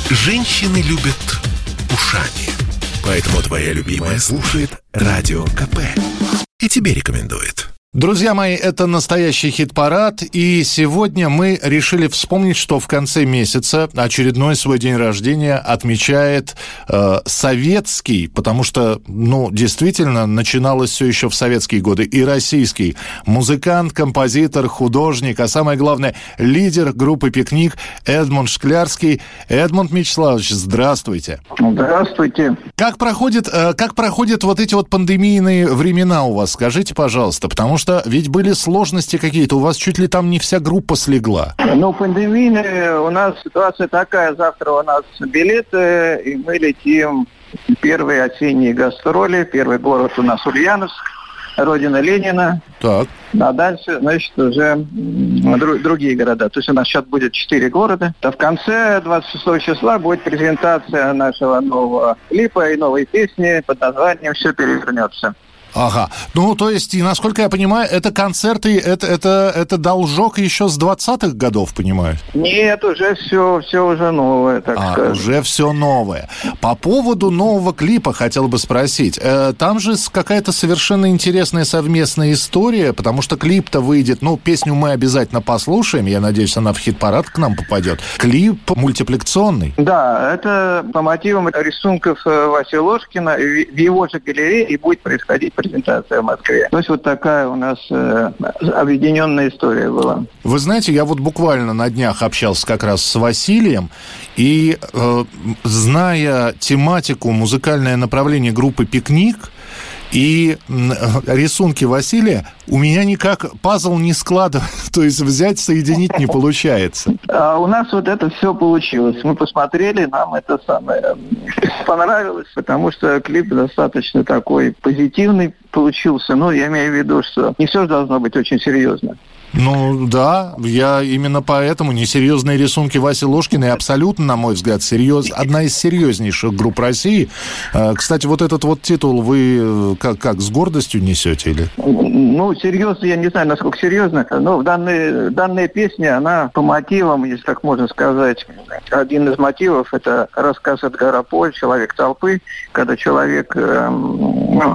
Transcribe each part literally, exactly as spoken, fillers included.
Женщины любят ушами. Поэтому твоя любимая слушает Радио КП. И тебе рекомендует. Друзья мои, это настоящий хит-парад, и сегодня мы решили вспомнить, что в конце месяца очередной свой день рождения отмечает э, советский, потому что, ну, действительно, начиналось все еще в советские годы, и российский музыкант, композитор, художник, а самое главное, лидер группы «Пикник» Эдмунд Шклярский. Эдмунд Мячеславович, здравствуйте. Здравствуйте. Как проходит, э, как проходят вот эти вот пандемийные времена у вас, скажите, пожалуйста, потому что ведь были сложности какие-то, у вас чуть ли там не вся группа слегла. Ну, пандемийная у нас ситуация такая, завтра у нас билеты, и мы летим в первые осенние гастроли, первый город у нас Ульяновск, родина Ленина. Так. А дальше, значит, уже дру- другие города. То есть у нас сейчас будет четыре города. А в конце двадцать шестого числа будет презентация нашего нового клипа и новой песни под названием «Все перевернется». Ага. Ну, то есть, и насколько я понимаю, это концерты, это, это, это должок еще с двадцатых годов, понимаю? Нет, уже все, все уже новое, так а, сказать. Уже все новое. По поводу нового клипа хотел бы спросить. Э, там же какая-то совершенно интересная совместная история, потому что клип-то выйдет, ну, песню мы обязательно послушаем, я надеюсь, она в хит-парад к нам попадет. Клип мультипликационный. Да, это по мотивам рисунков Васи Ложкина в его же галерее и будет происходить презентация в Москве. То есть вот такая у нас э, объединенная история была. Вы знаете, я вот буквально на днях общался как раз с Василием, и э, зная тематику, музыкальное направление группы «Пикник», и рисунки Василия, у меня никак пазл не складывается, то есть взять, соединить не получается. А у нас вот это все получилось. Мы посмотрели, нам это самое понравилось, потому что клип достаточно такой позитивный получился. Ну, я имею в виду, что не все должно быть очень серьезно. Ну, да, я именно поэтому несерьезные рисунки Васи Ложкиной абсолютно, на мой взгляд, серьез... одна из серьезнейших групп России. Кстати, вот этот вот титул вы как, как с гордостью несете или? Ну, серьезно, я не знаю, насколько серьезно, но в данной, данной песне, она по мотивам, если так можно сказать, один из мотивов, это рассказ Эдгара По «Человек толпы», когда человек э, ну,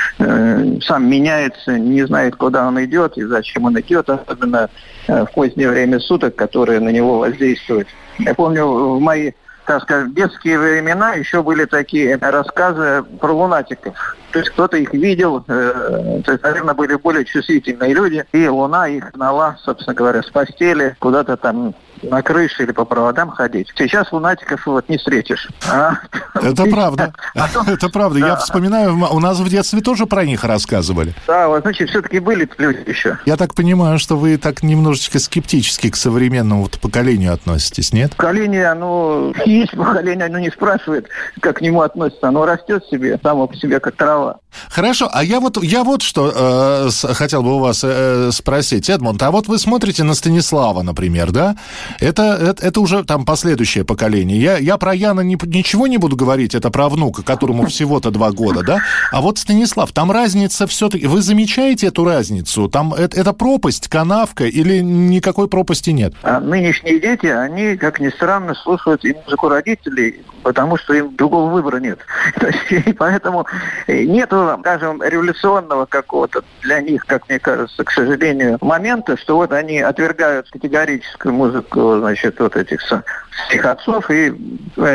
э, сам меняется, не знает, куда он идет и зачем он идет, особенно в позднее время суток, которое на него воздействует. Я помню, в мои, так скажем, детские времена еще были такие рассказы про лунатиков. То есть кто-то их видел, э, то есть, наверное, были более чувствительные люди, и луна их гнала, собственно говоря, с постели, куда-то там на крыше или по проводам ходить. Сейчас лунатиков вот не встретишь. А? Это правда. Это правда. Я вспоминаю, у нас в детстве тоже про них рассказывали. Да, вот, значит, все-таки были люди еще. Я так понимаю, что вы так немножечко скептически к современному вот поколению относитесь, нет? Поколение, оно есть поколение, оно не спрашивает, как к нему относится. Оно растет себе, само по себе, как трава. Хорошо, а я вот, я вот что э, хотел бы у вас э, спросить, Эдмунд, а вот вы смотрите на Станислава, например, да? Это, это, это уже там последующее поколение. Я, я про Яна не, ничего не буду говорить, это про внука, которому всего-то два года, да? А вот Станислав, там разница все-таки... Вы замечаете эту разницу? Там это, это пропасть, канавка или никакой пропасти нет? А нынешние дети, они, как ни странно, слушают и музыку родителей, потому что им другого выбора нет. То есть, и поэтому нету, скажем, революционного какого-то для них, как мне кажется, к сожалению, момента, что вот они отвергают категорическую музыку, значит, вот этих своих отцов и э,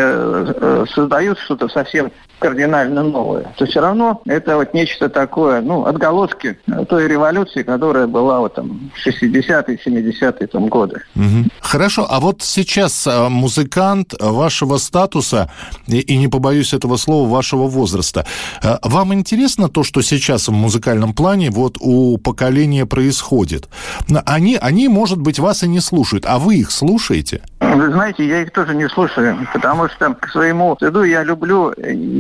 э, создают что-то совсем кардинально новое. То все равно это вот нечто такое, ну, отголоски той революции, которая была вот там в шестидесятые, семидесятые там годы. Угу. Хорошо, а вот сейчас музыкант вашего статуса, и, и не побоюсь этого слова, вашего возраста, вам интересно то, что сейчас в музыкальном плане вот у поколения происходит? Они, они, может быть, вас и не слушают, а вы их слушаете? Вы знаете, я их тоже не слушаю, потому что к своему стыду я люблю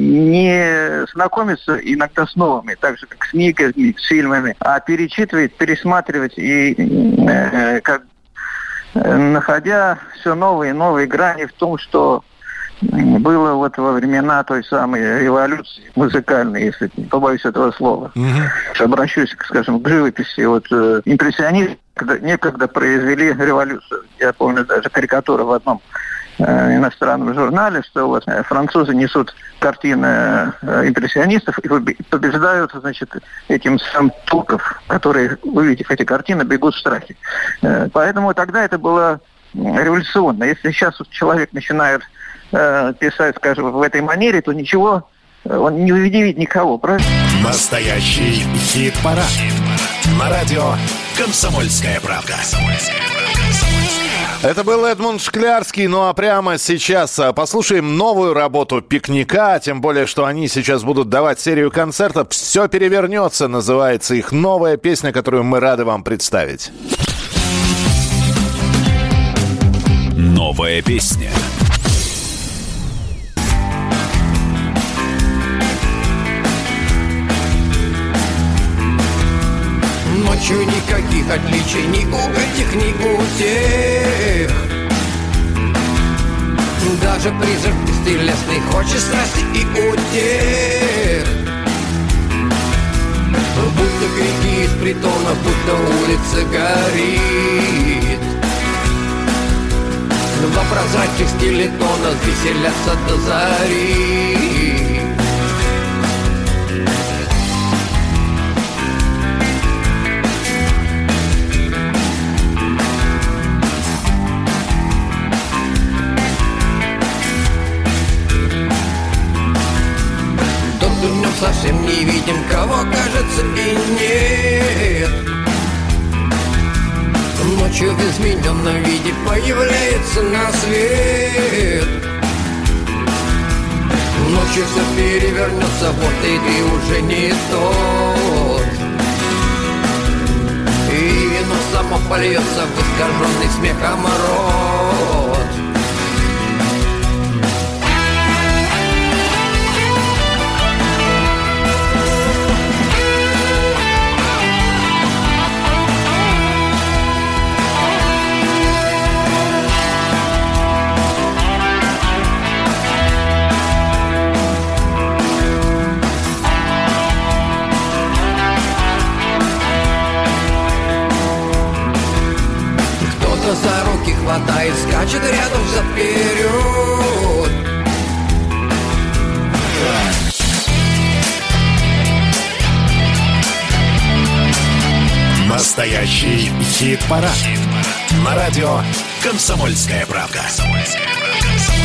не знакомиться иногда с новыми, так же как с книгами, с фильмами, а перечитывать, пересматривать и э, как находя все новые и новые грани в том, что было вот во времена той самой революции музыкальной, если не побоюсь этого слова. Mm-hmm. Обращусь, скажем, к живописи. Вот э, импрессионисты некогда произвели революцию. Я помню даже карикатуру в одном э, иностранном журнале, что вот э, французы несут картины э, импрессионистов и побеждают, значит, этим самым турков, которые, увидев эти картины, бегут в страхе. Э, поэтому тогда это было революционно. Если сейчас человек начинает э, писать, скажем, в этой манере, то ничего, он не увидит никого, правильно? Настоящий хит-парад. Хит-парад. На радио «Комсомольская правда». Это был Эдмунд Шклярский. Ну а прямо сейчас послушаем новую работу «Пикника». Тем более, что они сейчас будут давать серию концертов. «Все перевернется» называется их новая песня, которую мы рады вам представить. Новая песня. Ночью никаких отличий ни у этих, ни у тех. Даже призрак бестелесный хочет страсти и утех. Будто крики из притона, будто улица горит. Два прозрачных скелетона веселятся до зари. Совсем не видим, кого, кажется, и нет. Ночью в измененном виде появляется на свет. Ночью все перевернется, вот и ты уже не тот. И вино само польется в искаженный смехом рот. За руки хватает, скачет рядом взад-вперед. Настоящий хит-парад. Хит-парад. На радио «Комсомольская правда».